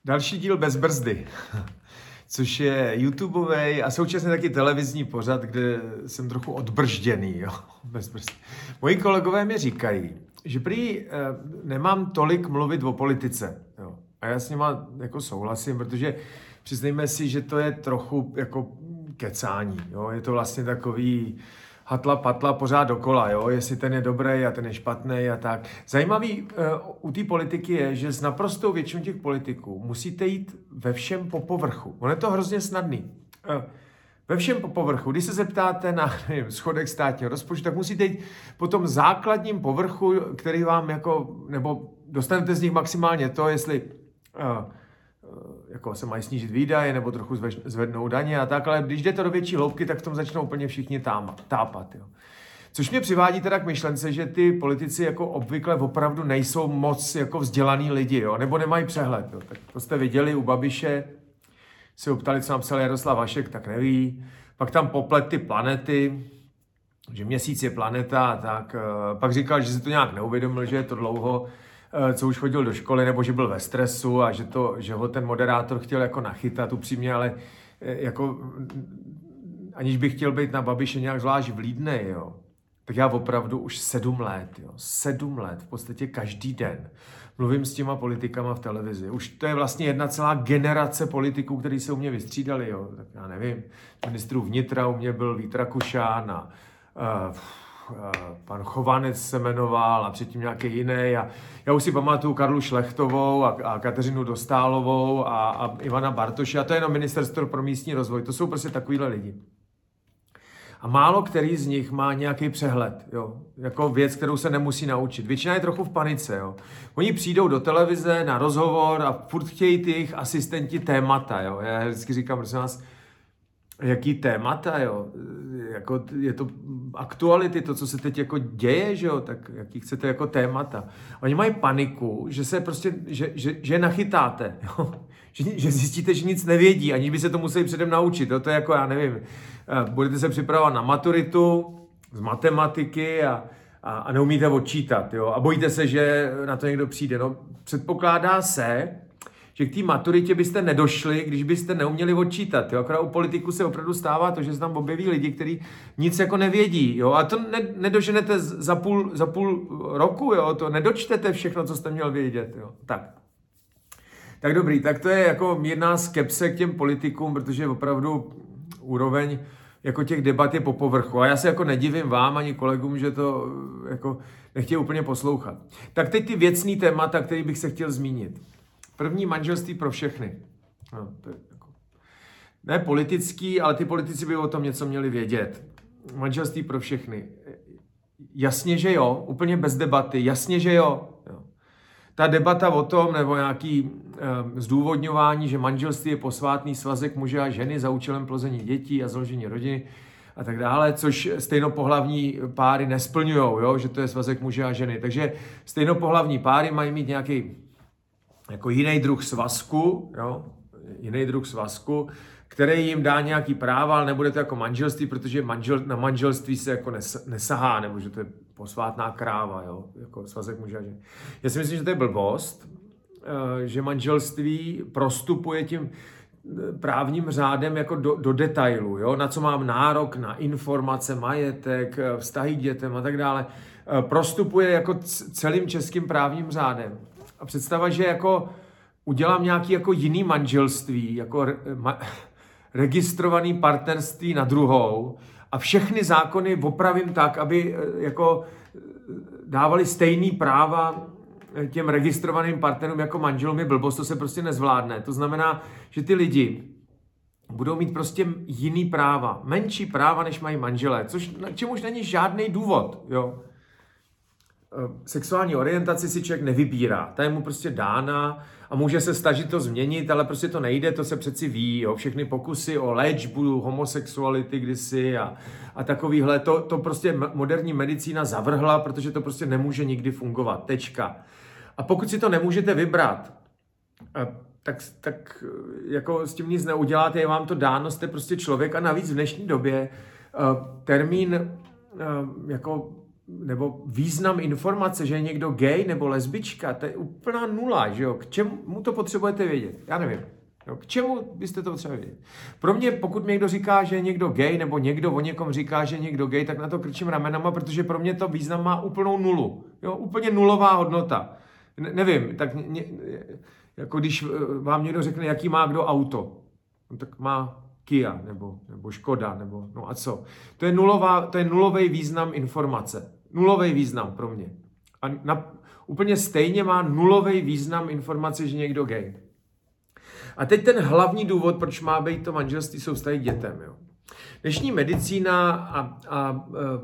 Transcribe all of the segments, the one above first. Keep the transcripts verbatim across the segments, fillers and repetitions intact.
Další díl Bez brzdy, což je YouTubeový a současně taky televizní pořad, kde jsem trochu odbržděný, jo, bez brzdy. Moji kolegové mi říkají, že prý eh, nemám tolik mluvit o politice, jo. A já s nima jako souhlasím, protože přiznejme si, že to je trochu jako kecání, jo. Je to vlastně takový hatla patla pořád dokola, jo, jestli ten je dobrý a ten je špatný a tak. Zajímavý uh, u té politiky je, že s naprostou většinou těch politiků musíte jít ve všem po povrchu. Ono je to hrozně snadný. Uh, ve všem po povrchu. Když se zeptáte na nevím, schodek státního rozpočtu, tak musíte jít po tom základním povrchu, který vám jako, nebo dostanete z nich maximálně to, jestli uh, jako se mají snížit výdaje nebo trochu zvednout daně a tak, ale když jdete do větší hloubky, tak v tom začnou úplně všichni támat, tápat. Jo. Což mě přivádí teda k myšlence, že ty politici jako obvykle opravdu nejsou moc jako vzdělaný lidi, jo, nebo nemají přehled. Jo. Tak to jste viděli u Babiše, si optali, co napsal Jaroslav Hašek, tak neví. Pak tam poplet ty planety, že měsíc je planeta a tak. Pak říkal, že si to nějak neuvědomil, že je to dlouho, co už chodil do školy, nebo že byl ve stresu a že, to, že ho ten moderátor chtěl jako nachytat upřímně, ale jako aniž bych chtěl být na Babiše nějak zvlášť vlídnej, jo, tak já opravdu už sedm let, jo, sedm let, v podstatě každý den mluvím s těma politikama v televizi. Už to je vlastně jedna celá generace politiků, kteří se u mě vystřídali, jo, tak já nevím, ministrů vnitra u mě byl Vít Rakušan a uh, pan Chovanec se jmenoval a předtím nějaký jiný. A já už si pamatuju Karlu Šlechtovou a, a Kateřinu Dostálovou a, a Ivana Bartoše. A to je jenom Ministerstvo pro místní rozvoj. To jsou prostě takovýhle lidi. A málo který z nich má nějaký přehled. Jo? Jako věc, kterou se nemusí naučit. Většina je trochu v panice. Jo? Oni přijdou do televize na rozhovor a furt chtějí ty jejich asistenti témata. Jo? Já vždycky říkám, prosím vás, jaký témata, jo, jako je to aktuality, to, co se teď jako děje, že jo, tak jaký chcete jako témata. Oni mají paniku, že se prostě, že, že, že nachytáte, jo, že, že zjistíte, že nic nevědí, ani by se to museli předem naučit, jo, to je jako, já nevím, budete se připravovat na maturitu z matematiky a, a, a neumíte odčítat, jo, a bojíte se, že na to někdo přijde, no, předpokládá se, že k té maturitě byste nedošli, když byste neuměli odčítat. Jo? Akorát u politiků se opravdu stává to, že se tam objeví lidi, kteří nic jako nevědí. Jo? A to ne, nedoženete za půl, za půl roku, jo? To nedočtete všechno, co jste měl vědět. Jo? Tak. tak dobrý, tak to je jako mírná skepse k těm politikům, protože opravdu úroveň jako těch debat je po povrchu. A já se jako nedivím vám ani kolegům, že to jako nechtějí úplně poslouchat. Tak teď ty věcný témata, který bych se chtěl zmínit. První, manželství pro všechny. No, to je jako... Ne politický, ale ty politici by o tom něco měli vědět. Manželství pro všechny. Jasně, že jo, úplně bez debaty, jasně, že jo. jo. Ta debata o tom, nebo nějaký eh, zdůvodňování, že manželství je posvátný svazek muže a ženy za účelem plození dětí a založení rodiny a tak dále, což stejnopohlavní páry nesplňujou, jo, že to je svazek muže a ženy. Takže stejnopohlavní páry mají mít nějaký jako jiný druh svazku, jo, jiný druh svazku, který jim dá nějaký práva, ale nebude to jako manželství, protože manžel, na manželství se jako nes, nesahá, nebo že to je posvátná kráva, jo, jako svazek muže a ženy. Já si myslím, že to je blbost, že manželství prostupuje tím právním řádem jako do, do detailu, jo, na co mám nárok, na informace, majetek, vztahy k dětem a tak dále. Prostupuje jako celým českým právním řádem. A představa, že jako udělám nějaký jako jiný manželství, jako re, ma, registrovaný partnerství na druhou a všechny zákony opravím tak, aby jako dávali stejný práva těm registrovaným partnerům jako manželům, je blbost, to se prostě nezvládne. To znamená, že ty lidi budou mít prostě jiný práva, menší práva, než mají manželé, což k čemuž není žádný důvod, jo. Sexuální orientaci si člověk nevybírá, ta je mu prostě dána a může se snažit to změnit, ale prostě to nejde, to se přeci ví, jo? Všechny pokusy o léčbu homosexuality kdysi a, a takovýhle, to, to prostě moderní medicína zavrhla, protože to prostě nemůže nikdy fungovat, tečka. A pokud si to nemůžete vybrat, tak, tak jako s tím nic neuděláte, je vám to dáno, jste prostě člověk a navíc v dnešní době termín jako nebo význam informace, že je někdo gay nebo lesbička, to je úplná nula, že jo? K čemu to potřebujete vědět? Já nevím. Jo? K čemu byste to potřebovali vědět? Pro mě, pokud mi někdo říká, že je někdo gay, nebo někdo o někom říká, že je někdo gay, tak na to krčím ramenama, protože pro mě to význam má úplnou nulu. Jo? Úplně nulová hodnota. Ne, nevím, tak ně, jako když vám někdo řekne, jaký má kdo auto, no, tak má Kia, nebo, nebo Škoda, nebo no a co. To je, nulová, to je nulový význam informace. Nulový význam pro mě. A na, úplně stejně má nulový význam informace, že někdo gay. A teď ten hlavní důvod, proč má být to manželství, jsou vztahy k dětem. Jo. Dnešní medicína a, a, a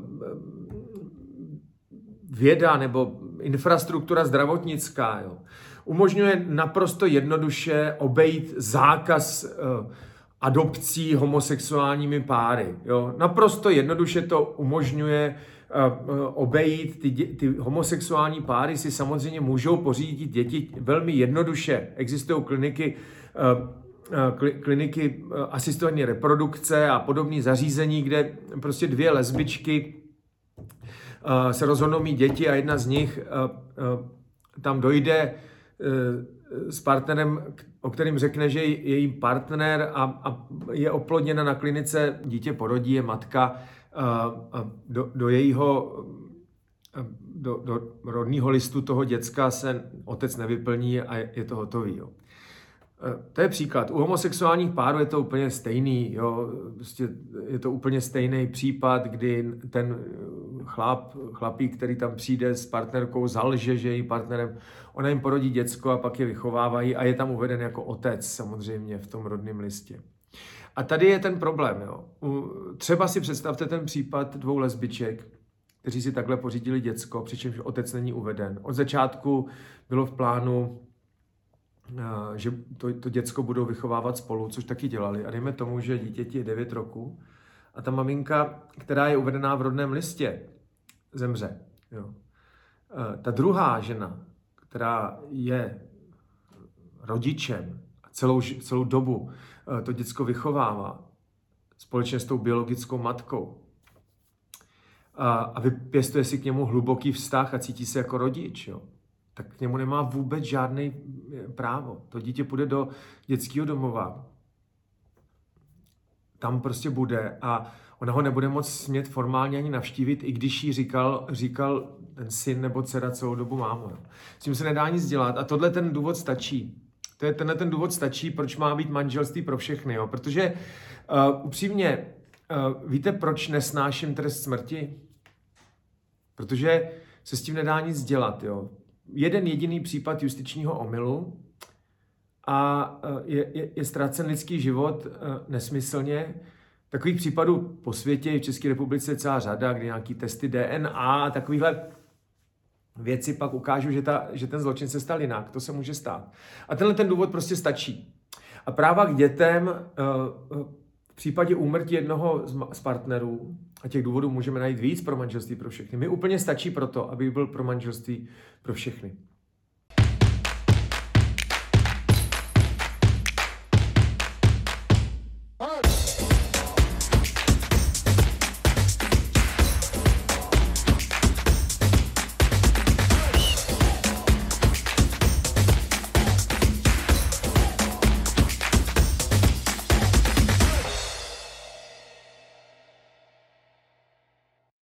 věda nebo infrastruktura zdravotnická, jo, umožňuje naprosto jednoduše obejít zákaz uh, adopcí homosexuálními páry. Jo. Naprosto jednoduše to umožňuje uh, uh, obejít. Ty, ty homosexuální páry si samozřejmě můžou pořídit děti velmi jednoduše. Existují kliniky, uh, uh, kliniky uh, asistované reprodukce a podobné zařízení, kde prostě dvě lesbičky uh, se rozhodnou mít děti a jedna z nich uh, uh, tam dojde s partnerem, o kterým řekne, že je její partner a, a je oplodněna na klinice, dítě porodí, je matka, a do, do jejího do, do rodného listu toho děcka se otec nevyplní a je, je to hotový. Jo. To je příklad. U homosexuálních párů je to úplně stejný. Jo. Prostě je to úplně stejný případ, kdy ten chlap, chlapík, který tam přijde s partnerkou, zalže, že je její partnerem, ona jim porodí děcko a pak je vychovávají a je tam uveden jako otec samozřejmě v tom rodném listě. A tady je ten problém. Jo. Třeba si představte ten případ dvou lesbiček, kteří si takhle pořídili děcko, přičemž otec není uveden. Od začátku bylo v plánu, že to, to děcko budou vychovávat spolu, což taky dělali. A dejme tomu, že dítěti je devět roků a ta maminka, která je uvedená v rodném listě, zemře. Jo. Ta druhá žena, která je rodičem a celou, celou dobu to děcko vychovává společně s tou biologickou matkou a, a vypěstuje si k němu hluboký vztah a cítí se jako rodič, jo, tak k němu nemá vůbec žádný právo. To dítě půjde do dětského domova. Tam prostě bude a ona ho nebude moc smět formálně ani navštívit, i když jí říkal, říkal ten syn nebo dcera celou dobu mámo. Jo. S tím se nedá nic dělat a tohle ten důvod stačí. To je, tenhle ten důvod stačí, proč má být manželství pro všechny. Jo. Protože uh, upřímně, uh, víte, proč nesnáším trest smrti? Protože se s tím nedá nic dělat. Jo. Jeden jediný případ justičního omylu a uh, je, je, je ztracen lidský život uh, nesmyslně. Takových případů po světě i v České republice je celá řada, kdy nějaký testy D N A a takovýhle věci pak ukážou, že, ta, že ten zločin se stal jinak. To se může stát. A tenhle ten důvod prostě stačí. A práva k dětem v případě úmrtí jednoho z partnerů, a těch důvodů můžeme najít víc pro manželství pro všechny, mi úplně stačí proto, aby byl pro manželství pro všechny.